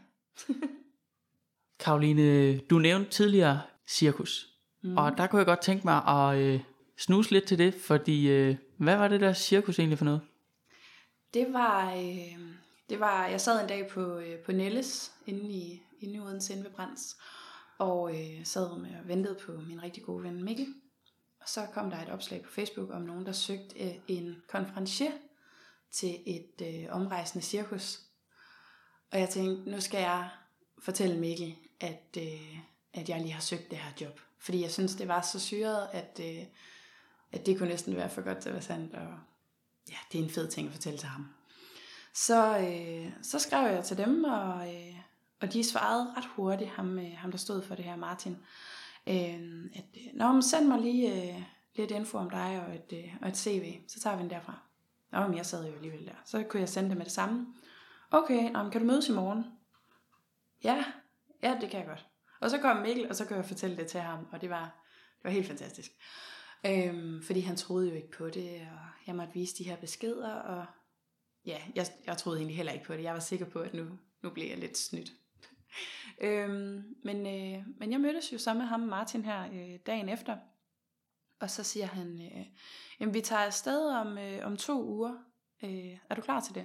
Karoline, du nævnte tidligere cirkus. Mm. Og der kunne jeg godt tænke mig at øh, snuse lidt til det, fordi øh, hvad var det der cirkus egentlig for noget? Det var, øh, det var jeg sad en dag på, øh, på Nelles inde i, inde i Odense inde ved Brands, og øh, sad med og ventede på min rigtig gode ven Mikkel. Og så kom der et opslag på Facebook om nogen, der søgte øh, en konferencier til et øh, omrejsende cirkus. Og jeg tænkte, nu skal jeg fortælle Mikkel, at, øh, at jeg lige har søgt det her job. Fordi jeg synes, det var så syret, at, øh, at det kunne næsten være for godt til at være sandt. Og ja, det er en fed ting at fortælle til ham. Så, øh, så skrev jeg til dem, og, øh, og de svarede ret hurtigt, ham, øh, ham der stod for det her, Martin. Øh, at, Nå, men send mig lige øh, lidt info om dig og et, øh, og et C V, så tager vi den derfra. Nå, men jeg sad jo alligevel der. Så kunne jeg sende det med det samme. Okay, nå, men kan du mødes i morgen? Ja, ja, det kan jeg godt. Og så kom Mikkel, og så kunne jeg fortælle det til ham, og det var, det var helt fantastisk. Øhm, fordi han troede jo ikke på det, og jeg måtte vise de her beskeder, og ja, jeg, jeg troede egentlig heller ikke på det. Jeg var sikker på, at nu, nu blev jeg lidt snydt. øhm, men, øh, men jeg mødtes jo sammen med ham, Martin, her øh, dagen efter, og så siger han, øh, jamen vi tager afsted om, øh, om to uger. Øh, er du klar til det?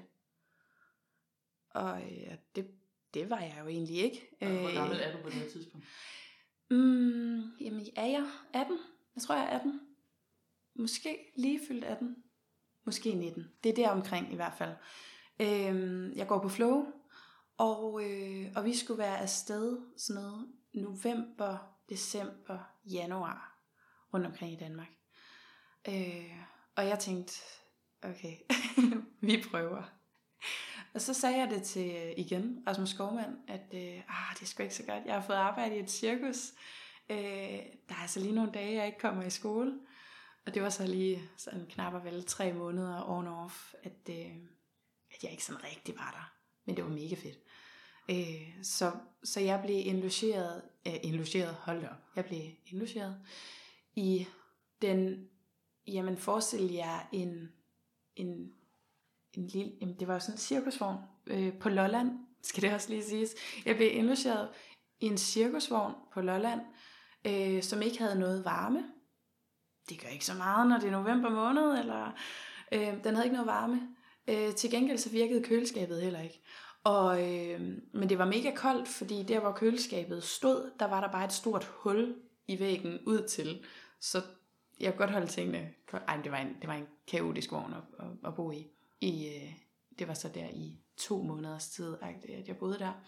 Og øh, det, det var jeg jo egentlig ikke. Hvor gammel er du på det her tidspunkt? Mm, jamen er jeg atten? Jeg tror jeg er atten. Måske lige fyldt atten. Måske nitten. Det er der omkring i hvert fald. Øh, jeg går på Flow, og, øh, og vi skulle være afsted sådan noget november december, januar rundt omkring i Danmark. Øh, og jeg tænkte, okay, vi prøver. Og så sagde jeg det til igen Rasmus Skovmand, at øh, ah, det er sgu ikke så godt. Jeg har fået arbejde i et cirkus. Øh, der er altså lige nogle dage, jeg ikke kommer i skole. Og det var så lige sådan knap og vel tre måneder on off, at, øh, at jeg ikke sådan rigtig var der. Men det var mega fedt. Øh, så, så jeg blev indlogeret, øh, indlogeret, hold op, jeg blev indlogeret i den, jamen forestil jer en, en, en lille, jamen det var sådan en cirkusvogn øh, på Lolland, skal det også lige siges. Jeg blev indlogeret i en cirkusvogn på Lolland, øh, som ikke havde noget varme. Det gør ikke så meget, når det er november måned, eller øh, den havde ikke noget varme. Øh, til gengæld så virkede køleskabet heller ikke. Og, øh, men det var mega koldt, fordi der hvor køleskabet stod, der var der bare et stort hul i væggen ud til. Så jeg kunne godt holde tingene. Ej, det var en, det var en kaotisk vogn at, at, at bo i. I øh, det var så der i to måneders tid, at jeg boede der.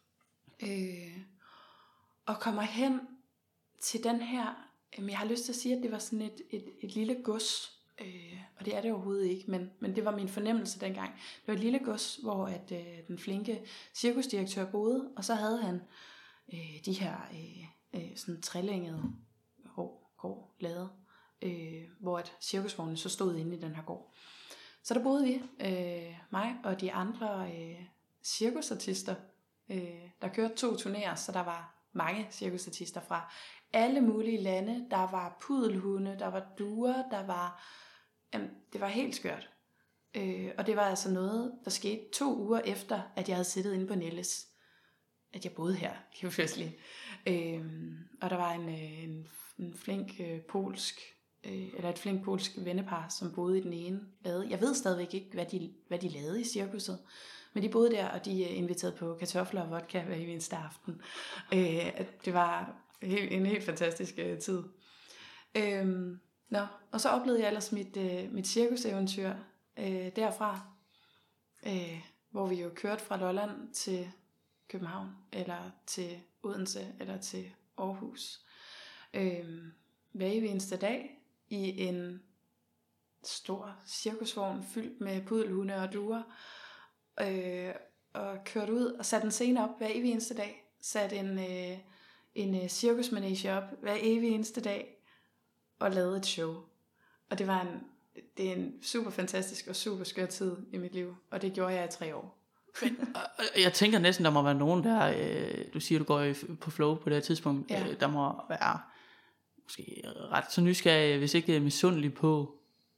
Øh, og kommer hen til den her. Jeg har lyst til at sige, at det var sådan et, et, et lille gods. Øh, og det er det overhovedet ikke, men, men det var min fornemmelse dengang. Det var et lille gods, hvor at, øh, den flinke cirkusdirektør boede, og så havde han øh, de her øh, øh, sådan trælængede hår, gård lavet, øh, hvor at cirkusvognen så stod inde i den her gård. Så der boede vi, øh, mig og de andre øh, cirkusartister, øh, der kørte to turnéer, så der var mange cirkusartister fra alle mulige lande. Der var pudelhunde, der var duer, der var, jamen, det var helt skørt. Øh, og det var altså noget, der skete to uger efter, at jeg havde siddet inde på Nelles. At jeg boede her, helt pludselig. Øh, og der var en, en, en flink øh, polsk, øh, eller et flink polsk vennepar, som boede i den ene lade. Jeg ved stadigvæk ikke, hvad de, hvad de lavede i cirkuset. Men de boede der, og de inviterede på kartofler og vodka hver eneste aften. Øh, det var en helt fantastisk øh, tid. Øhm, nå, og så oplevede jeg ellers mit, øh, mit cirkuseventyr øh, derfra, øh, hvor vi jo kørte fra Lolland til København, eller til Odense, eller til Aarhus. Øh, hver eneste dag i en stor cirkusvogn fyldt med pudelhunde og duer, øh, og kørte ud og satte en scene op hver evig eneste dag, satte en... Øh, en uh, cirkusmanege op hver evig eneste dag og lavede et show. Og det var en, det er en super fantastisk og super skør tid i mit liv, og det gjorde jeg i tre år. Men, jeg tænker næsten, der må være nogen der, øh, du siger, du går på flow på det her tidspunkt, ja. øh, der må være måske ret så nysgerrig, hvis ikke misundelig på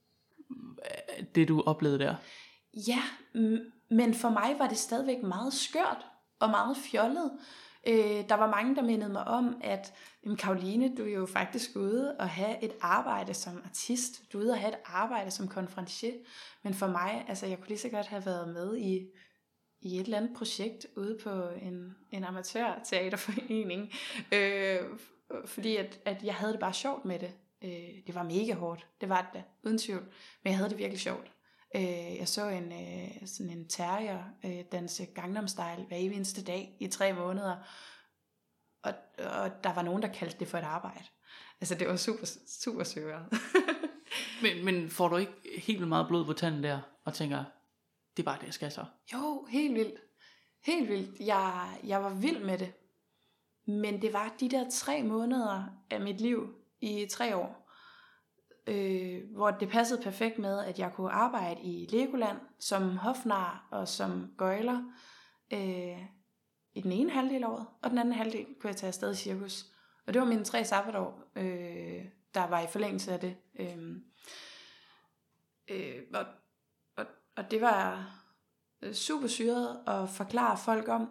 det, du oplevede der. Ja, m- men for mig var det stadigvæk meget skørt og meget fjollet. Øh, der var mange, der mindede mig om, at Caroline, du er jo faktisk ude og have et arbejde som artist. Du er ude og have et arbejde som konferencier. Men for mig, altså jeg kunne lige så godt have været med i, i et eller andet projekt ude på en, en amatørteaterforening. Øh, fordi at, at jeg havde det bare sjovt med det. Øh, det var mega hårdt, det var det, uden tvivl. Men jeg havde det virkelig sjovt. Øh, jeg så en, øh, sådan en terrier øh, danse Gangnam Style hver eneste dag i tre måneder, og, og der var nogen, der kaldte det for et arbejde. Altså det var super, super søret. men, men får du ikke helt vildt meget blod på tanden der, og tænker, det er bare det, jeg skal så? Jo, helt vildt. Helt vildt. Jeg, jeg var vild med det. Men det var de der tre måneder af mit liv i tre år, Øh, hvor det passede perfekt med, at jeg kunne arbejde i Legoland som hofnar og som gøjler øh, i den ene halvdel af året, og den anden halvdel kunne jeg tage afsted i cirkus. Og det var mine tre sabbatår, øh, der var i forlængelse af det. Øh, øh, og, og, og det var super syret at forklare folk om,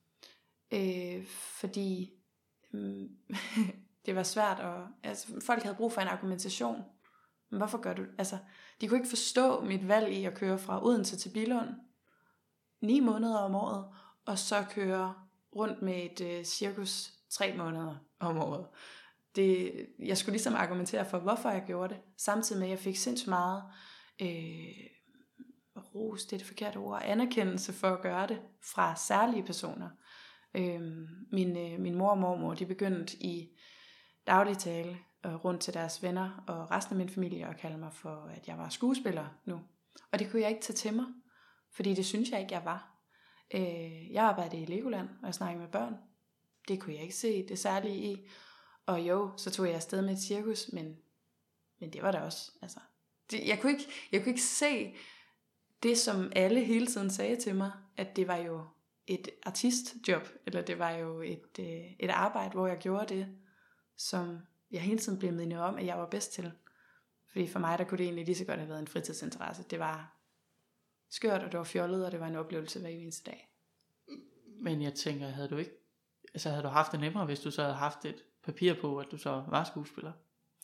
øh, fordi øh, det var svært at, altså folk havde brug for en argumentation. Men hvorfor gør du det? Altså, de kunne ikke forstå mit valg i at køre fra Odense til Billund ni måneder om året, og så køre rundt med et øh, cirkus tre måneder om året. Det, jeg skulle ligesom argumentere for, hvorfor jeg gjorde det, samtidig med, at jeg fik sindssygt meget øh, ros, det er det forkerte ord, anerkendelse for at gøre det fra særlige personer. Øh, min, øh, min mor og mormor, de begyndte i daglig tale og rundt til deres venner og resten af min familie og kalde mig for, at jeg var skuespiller nu. Og det kunne jeg ikke tage til mig, fordi det synes jeg ikke, jeg var. Øh, jeg arbejdede i Legoland, og jeg snakkede med børn. Det kunne jeg ikke se det særlige i. Og jo, så tog jeg afsted med et cirkus, men, men det var der også. Altså, det, jeg, kunne ikke, jeg kunne ikke se det, som alle hele tiden sagde til mig, at det var jo et artistjob, eller det var jo et, øh, et arbejde, hvor jeg gjorde det, som jeg hele tiden blev mindet om, at jeg var bedst til. Fordi for mig, der kunne det egentlig lige så godt have været en fritidsinteresse. Det var skørt, og det var fjollet, og det var en oplevelse hver eneste dag. Men jeg tænker, havde du ikke, altså havde du haft det nemmere, hvis du så havde haft et papir på, at du så var skuespiller?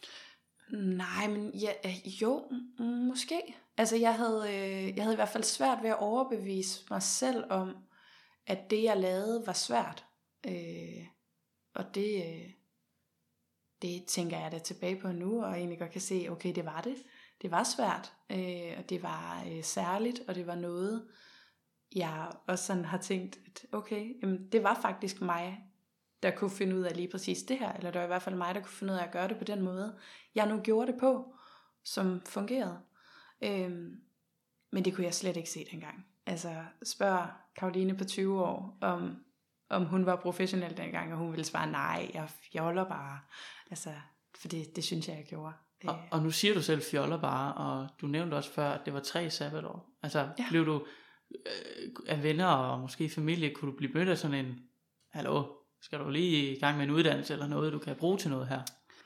Nej, men ja, jo, måske. Altså jeg havde, øh, jeg havde i hvert fald svært ved at overbevise mig selv om, at det jeg lavede var svært. Øh, og det, øh, det tænker jeg da tilbage på nu, og egentlig godt kan se, okay, det var det. Det var svært, øh, og det var øh, særligt, og det var noget, jeg også sådan har tænkt, at okay, jamen, det var faktisk mig, der kunne finde ud af lige præcis det her, eller det var i hvert fald mig, der kunne finde ud af at gøre det på den måde, jeg nu gjorde det på, som fungerede. Øhm, men det kunne jeg slet ikke se dengang. Altså spørg Caroline på tyve år, om, om hun var professionel dengang, og hun ville svare nej, jeg fjoller bare. Altså, for det, det synes jeg, jeg gjorde. Og, og nu siger du selv fjoller bare, og du nævnte også før, at det var tre sabbatår. Altså ja. Blev du øh, af venner og måske familie, kunne du blive mødt af sådan en, hallo, skal du lige i gang med en uddannelse eller noget, du kan bruge til noget her?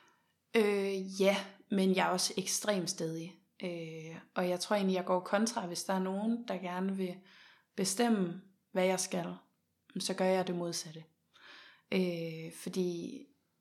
Øh, ja, men jeg er også ekstremt stædig. Øh, og jeg tror egentlig, jeg går kontra, hvis der er nogen, der gerne vil bestemme, hvad jeg skal, så gør jeg det modsatte. Øh, fordi,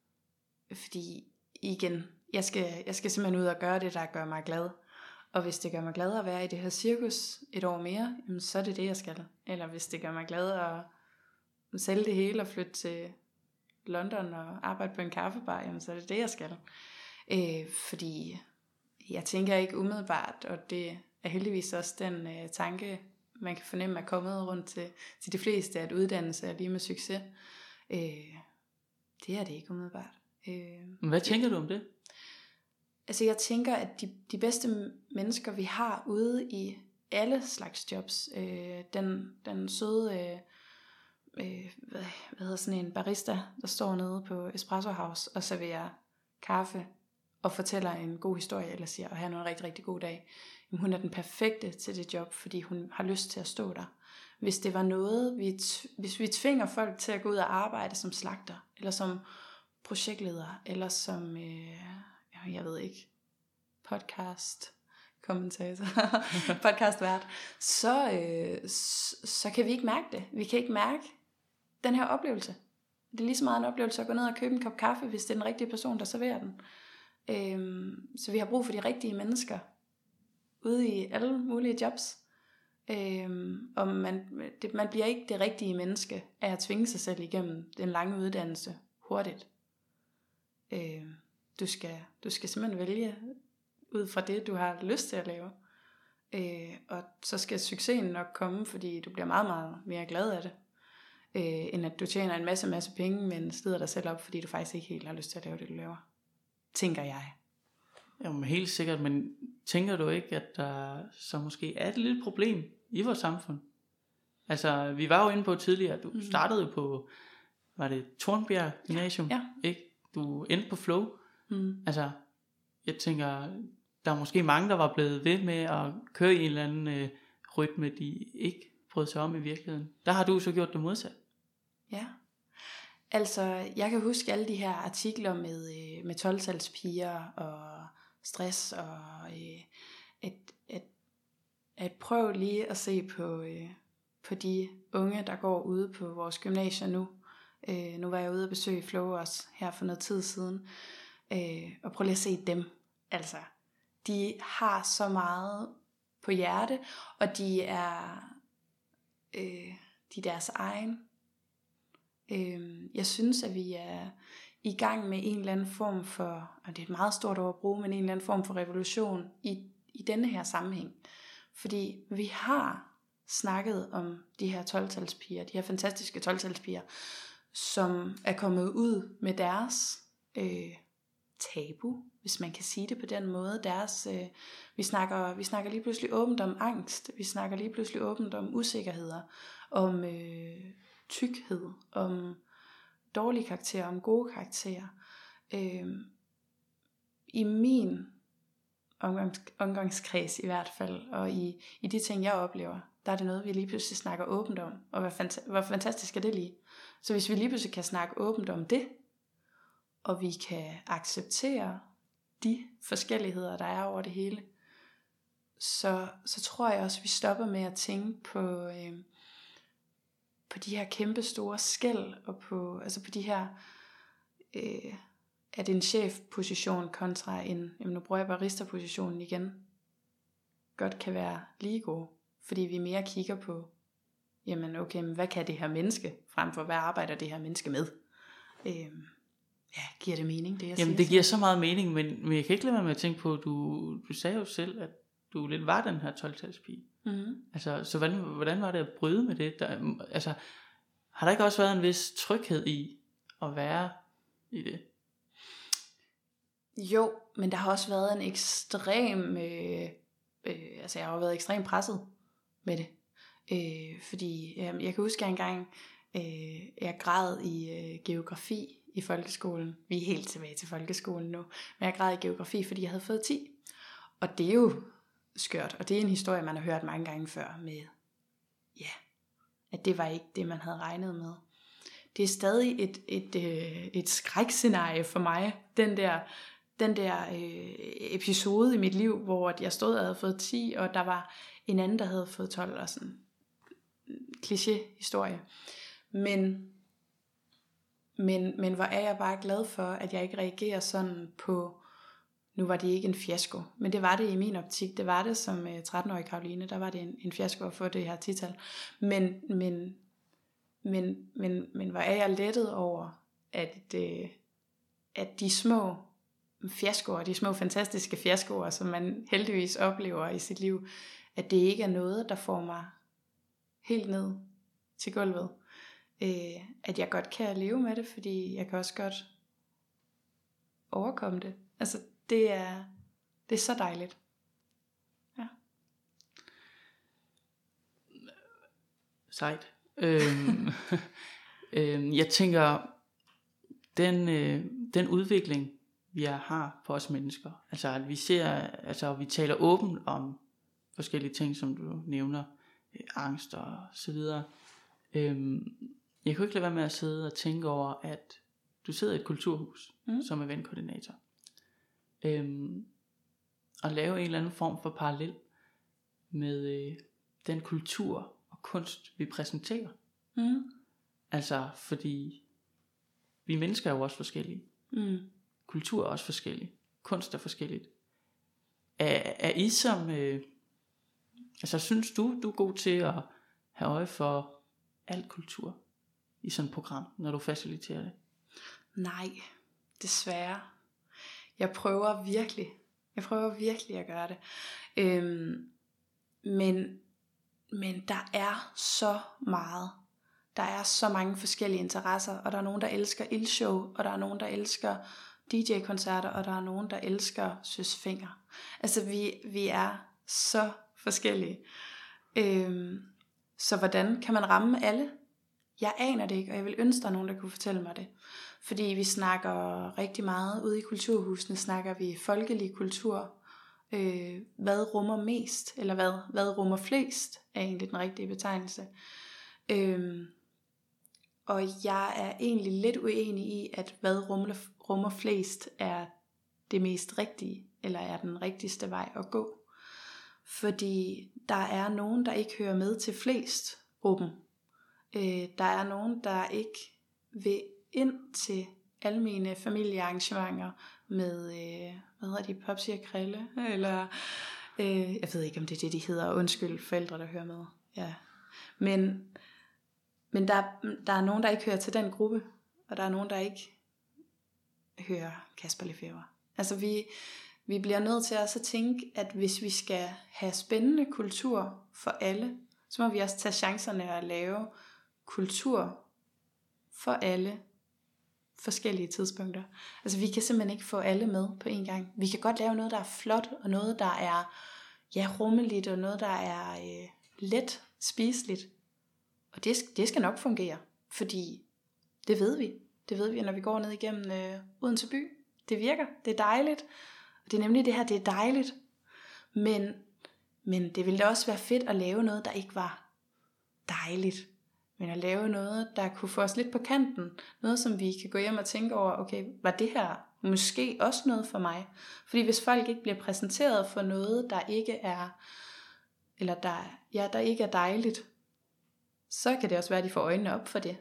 fordi igen, jeg skal, jeg skal simpelthen ud og gøre det, der gør mig glad. Og hvis det gør mig glad at være i det her cirkus et år mere, jamen, så er det det, jeg skal. Eller hvis det gør mig glad at sælge det hele og flytte til London og arbejde på en kaffebar, jamen, så er det det, jeg skal. Øh, fordi jeg tænker ikke umiddelbart, og det er heldigvis også den øh, tanke, man kan fornemme er kommet rundt til, til de fleste, at uddannelse er lige med succes. Øh, det er det ikke umiddelbart. Øh, Hvad tænker du om det? Altså jeg tænker, at de, de bedste mennesker, vi har ude i alle slags jobs, øh, den, den søde, øh, øh, hvad, hvad hedder sådan en barista, der står nede på Espresso House og serverer kaffe og fortæller en god historie, eller siger, og have en rigtig, rigtig god dag. Jamen, hun er den perfekte til det job, fordi hun har lyst til at stå der. Hvis det var noget, vi t- hvis vi tvinger folk til at gå ud og arbejde som slagter, eller som projektleder, eller som, øh, jeg ved ikke, podcast kommentator, podcastvært, så, øh, så, så kan vi ikke mærke det. Vi kan ikke mærke den her oplevelse. Det er lige så meget en oplevelse at gå ned og købe en kop kaffe, hvis det er den rigtige person, der serverer den. Øhm, så vi har brug for de rigtige mennesker ude i alle mulige jobs. Øhm, og man, det, man bliver ikke det rigtige menneske af at tvinge sig selv igennem den lange uddannelse hurtigt. Øhm, du, skal, du skal simpelthen vælge ud fra det, du har lyst til at lave. Øh, og så skal succesen nok komme, fordi du bliver meget, meget mere glad af det. Øh, end at du tjener en masse, masse penge, men slider dig selv op, fordi du faktisk ikke helt har lyst til at lave det, du laver. Tænker jeg. Jamen helt sikkert, men tænker du ikke, at der så måske er et lille problem i vores samfund? Altså, vi var jo inde på tidligere, at du mm. startede på, var det Tornbjerg Gymnasium? Ja. Ikke? Du endte på Flow. Mm. Altså, jeg tænker, der er måske mange, der var blevet ved med at køre i en eller anden øh, rytme, de ikke brød sig om i virkeligheden. Der har du så gjort det modsat. Ja. Altså, jeg kan huske alle de her artikler med, øh, med tolv-talspiger og stress og øh, at, at, at prøve lige at se på, øh, på de unge, der går ude på vores gymnasier nu. Øh, nu var jeg ude at besøge Flow også her for noget tid siden. Øh, og prøv lige at se dem. Altså, de har så meget på hjerte, og de er, øh, de er deres egen. Øh, jeg synes, at vi er i gang med en eller anden form for, og det er et meget stort ord at bruge, men en eller anden form for revolution i, i denne her sammenhæng. Fordi vi har snakket om de her tolv-talspiger, de her fantastiske tolv-talspiger, som er kommet ud med deres øh, tabu, hvis man kan sige det på den måde. Deres, øh, vi, snakker, vi snakker lige pludselig åbent om angst, vi snakker lige pludselig åbent om usikkerheder, om øh, tykthed, om dårlige karakterer, om gode karakterer. Øh, I min omgangs, omgangskreds i hvert fald, og i, i de ting jeg oplever, der er det noget vi lige pludselig snakker åbent om, og hvor, fanta- hvor fantastisk er det lige. Så hvis vi lige pludselig kan snakke åbent om det, og vi kan acceptere de forskelligheder der er over det hele, så, så tror jeg også vi stopper med at tænke på øh, på de her kæmpe store skel, og på, altså på de her øh, at en chefposition kontra en, jamen nu bruger jeg barista-positionen igen, godt kan være lige god, fordi vi mere kigger på, jamen okay, men hvad kan det her menneske, frem for hvad arbejder det her menneske med? Øhm, ja, giver det mening, det jeg Jamen siger? det giver så meget mening, men, men jeg kan ikke lade være med at tænke på, du, du sagde jo selv, at du lidt var den her tolv-talspige. Mm-hmm. Altså, så hvordan, hvordan var det at bryde med det? Der, altså, har der ikke også været en vis tryghed i at være i det? Jo, men der har også været en ekstrem, øh, øh, altså jeg har jo været ekstremt presset med det. Øh, fordi øh, jeg kan huske, at jeg engang øh, jeg græd i øh, geografi i folkeskolen. Vi er helt tilbage til folkeskolen nu. Men jeg græd i geografi, fordi jeg havde fået ti. Og det er jo skørt, og det er en historie, man har hørt mange gange før med, ja, at det var ikke det, man havde regnet med. Det er stadig et, et, øh, et skrækscenarie for mig, den der, den der øh, episode i mit liv, hvor jeg stod og havde fået ti, og der var en anden, der havde fået tolv, og sådan kliché-historie. Men, men, men hvor er jeg bare glad for, at jeg ikke reagerer sådan på, nu var det ikke en fiasko, men det var det i min optik. Det var det som tretten-årig Karoline, der var det en, en fiasko at få det her tital. Men, men, men, men, men hvor er jeg lettet over, at, øh, at de små fiaskoer, de små fantastiske fiaskoer, som man heldigvis oplever i sit liv, at det ikke er noget, der får mig helt ned til gulvet. Øh, at jeg godt kan leve med det, fordi jeg kan også godt overkomme det. Altså, det er, det er så dejligt. Ja. Sejt. Øhm, øhm, jeg tænker, den, øh, den udvikling, vi har for os mennesker, altså at vi ser, altså vi taler åbent om forskellige ting, som du nævner, øh, angst og så videre. Øhm, jeg kunne ikke lade være med at sidde og tænke over, at du sidder i et kulturhus, mm. som eventkoordinator. Øhm, og lave en eller anden form for parallel med øh, den kultur og kunst vi præsenterer. Mm. Altså fordi vi mennesker er jo også forskellige. Mm. Kultur er også forskellig. Kunst er forskelligt. Er, er I som øh, altså synes du du er god til at have øje for al kultur i sådan et program, når du faciliterer det? Nej, desværre. Jeg prøver virkelig. Jeg prøver virkelig at gøre det. Øhm, men, men der er så meget. Der er så mange forskellige interesser, og der er nogen, der elsker ildshow, og der er nogen, der elsker D J-koncerter, og der er nogen, der elsker Søs Fenger. Altså, vi, vi er så forskellige. Øhm, så hvordan kan man ramme alle? Jeg aner det ikke, og jeg vil ønske, der er nogen, der kunne fortælle mig det. Fordi vi snakker rigtig meget ude i kulturhusene, snakker vi folkelig kultur. Øh, hvad rummer mest, eller hvad, hvad rummer flest, er egentlig den rigtige betegnelse. Øh, og jeg er egentlig lidt uenig i, at hvad rummer, rummer flest er det mest rigtige, eller er den rigtigste vej at gå. Fordi der er nogen, der ikke hører med til flest gruppen. Øh, der er nogen, der ikke vil ind til almene familiearrangementer med, øh, hvad hedder de, Popsi og Krille, eller, øh, jeg ved ikke om det er det, de hedder, undskyld forældre, der hører med, ja. Men, men der, der er nogen, der ikke hører til den gruppe, og der er nogen, der ikke hører Kasper Lefebvre. Altså vi, vi bliver nødt til også at tænke, at hvis vi skal have spændende kultur for alle, så må vi også tage chancerne at lave kultur for alle, forskellige tidspunkter. Altså vi kan simpelthen ikke få alle med på en gang. Vi kan godt lave noget, der er flot, og noget, der er ja, rummeligt, og noget, der er øh, let spiseligt. Og det, det skal nok fungere, fordi det ved vi. Det ved vi, når vi går ned igennem øh, Odense by. Det virker, det er dejligt. Og det er nemlig det her, det er dejligt. Men, men det ville da også være fedt at lave noget, der ikke var dejligt. Men at lave noget, der kunne få os lidt på kanten. Noget, som vi kan gå hjem og tænke over, okay, var det her måske også noget for mig? Fordi hvis folk ikke bliver præsenteret for noget, der ikke er, eller der, ja, der ikke er dejligt, så kan det også være, at de får øjnene op for det.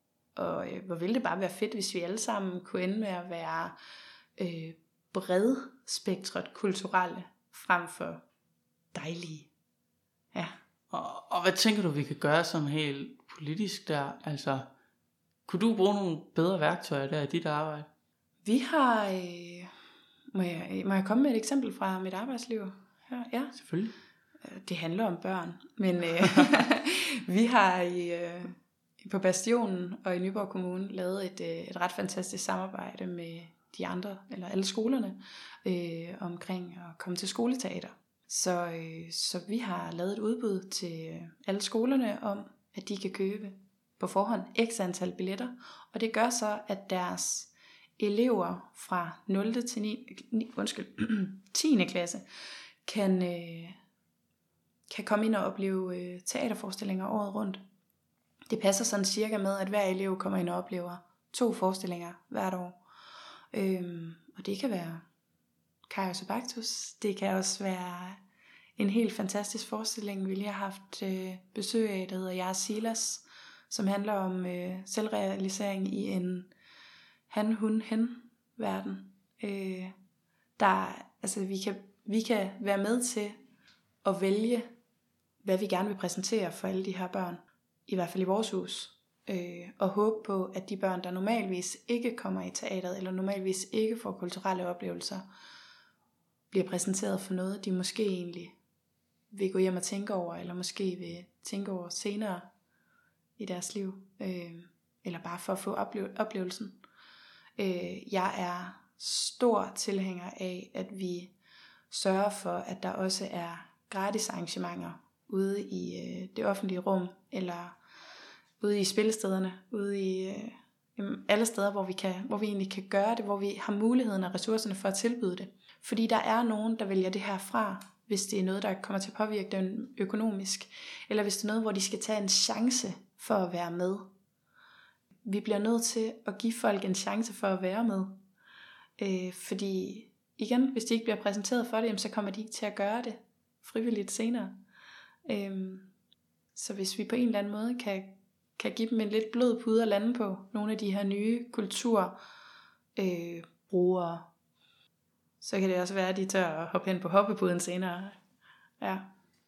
Og øh, hvor ville det bare være fedt, hvis vi alle sammen kunne ende med at være øh, bredspektret kulturelle, frem for dejlige. Ja. Og, og hvad tænker du, vi kan gøre sådan helt politisk der? Altså, kunne du bruge nogle bedre værktøjer der i dit arbejde? Vi har, øh, må, jeg, må jeg komme med et eksempel fra mit arbejdsliv? Ja, ja. Selvfølgelig. Det handler om børn, men øh, vi har i, øh, på Bastionen og i Nyborg Kommune lavet et, øh, et ret fantastisk samarbejde med de andre, eller alle skolerne, øh, omkring at komme til skoleteater. Så, øh, så vi har lavet et udbud til alle skolerne om, at de kan købe på forhånd x antal billetter, og det gør så, at deres elever fra nul til ni, undskyld, tiende klasse kan, øh, kan komme ind og opleve øh, teaterforestillinger året rundt. Det passer sådan cirka med, at hver elev kommer ind og oplever to forestillinger hvert år. Øhm, og det kan være Kairos og Baktus. Det kan også være en helt fantastisk forestilling, vi lige har haft øh, besøg af, der hedder Jeg er Silas, som handler om øh, selvrealisering i en han, hun, hen verden. Øh, der, altså, vi, kan, vi kan være med til at vælge, hvad vi gerne vil præsentere for alle de her børn, i hvert fald i vores hus. Øh, og håbe på, at de børn, der normalvis ikke kommer i teateret, eller normalvis ikke får kulturelle oplevelser, bliver præsenteret for noget, de måske egentlig vil gå hjem og tænke over, eller måske vil tænke over senere i deres liv, øh, eller bare for at få opleve- oplevelsen. Øh, jeg er stor tilhænger af, at vi sørger for, at der også er gratis arrangementer ude i øh, det offentlige rum, eller ude i spillestederne, ude i øh, alle steder, hvor vi, kan, hvor vi egentlig kan gøre det, hvor vi har muligheden og ressourcerne for at tilbyde det. Fordi der er nogen, der vælger det her fra, hvis det er noget, der kommer til at påvirke dem økonomisk, eller hvis det er noget, hvor de skal tage en chance for at være med. Vi bliver nødt til at give folk en chance for at være med. Øh, fordi igen, hvis de ikke bliver præsenteret for det, så kommer de ikke til at gøre det frivilligt senere. Øh, så hvis vi på en eller anden måde kan, kan give dem en lidt blød pude at lande på, nogle af de her nye kulturbrugere, øh, så kan det også være, at de tør at hoppe hen på hoppepuden senere. Ja.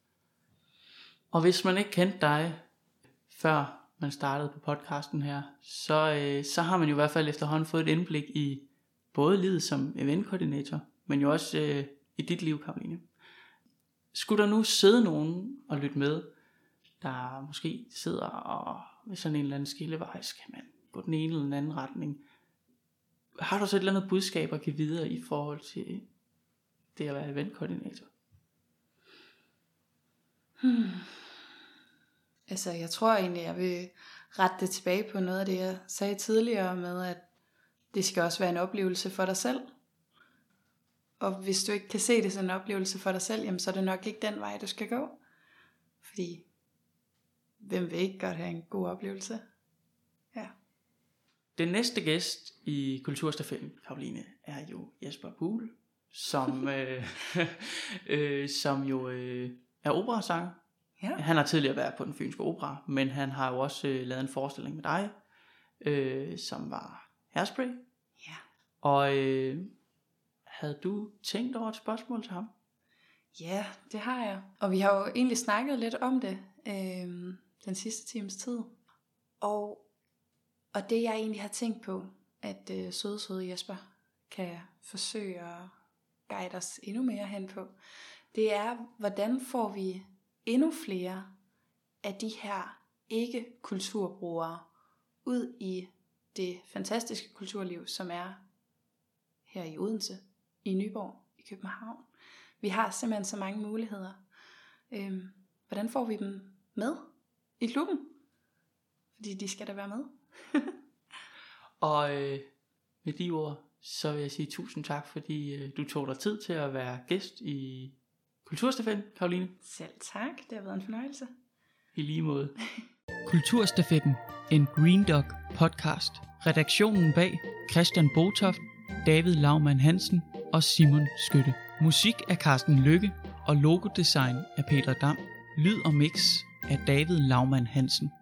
Og hvis man ikke kendte dig, før man startede på podcasten her, så, øh, så har man jo i hvert fald efterhånden fået et indblik i både livet som eventkoordinator, men jo også øh, i dit liv, Karoline. Skulle der nu sidde nogen og lytte med, der måske sidder og ved sådan en eller anden skillevej, skal man gå den ene eller den anden retning? Har du så et eller andet budskab at give videre i forhold til det at være eventkoordinator? Hmm. Altså jeg tror egentlig, jeg vil rette det tilbage på noget af det, jeg sagde tidligere med, at det skal også være en oplevelse for dig selv. Og hvis du ikke kan se det som en oplevelse for dig selv, jamen, så er det nok ikke den vej, du skal gå. Fordi hvem vil ikke godt have en god oplevelse? Ja. Den næste gæst i Kulturstafetten, Karoline, er jo Jesper Buhl, som, øh, øh, som jo øh, er operasanger. Ja. Han har tidligere været på den Fynske Opera, men han har jo også øh, lavet en forestilling med dig, øh, som var Hairspray. Ja. Og øh, havde du tænkt over et spørgsmål til ham? Ja, det har jeg. Og vi har jo egentlig snakket lidt om det øh, den sidste times tid. Og, og det jeg egentlig har tænkt på, at øh, søde, søde Jesper kan forsøge at guide os endnu mere hen på, det er, hvordan får vi endnu flere af de her ikke-kulturbrugere ud i det fantastiske kulturliv, som er her i Odense, i Nyborg, i København. Vi har simpelthen så mange muligheder. Øhm, hvordan får vi dem med i klubben? Fordi de skal da være med. Og øh, med de ord, så vil jeg sige tusind tak, fordi øh, du tog dig tid til at være gæst i Kulturstafetten, Caroline. Selv tak, det har været en fornøjelse. I lige måde. Kulturstafetten, en Green Dog podcast. Redaktionen bag Christian Botoft, David Laumann Hansen og Simon Skytte. Musik af Carsten Lykke og logodesign af Peter Dam. Lyd og mix af David Laumann Hansen.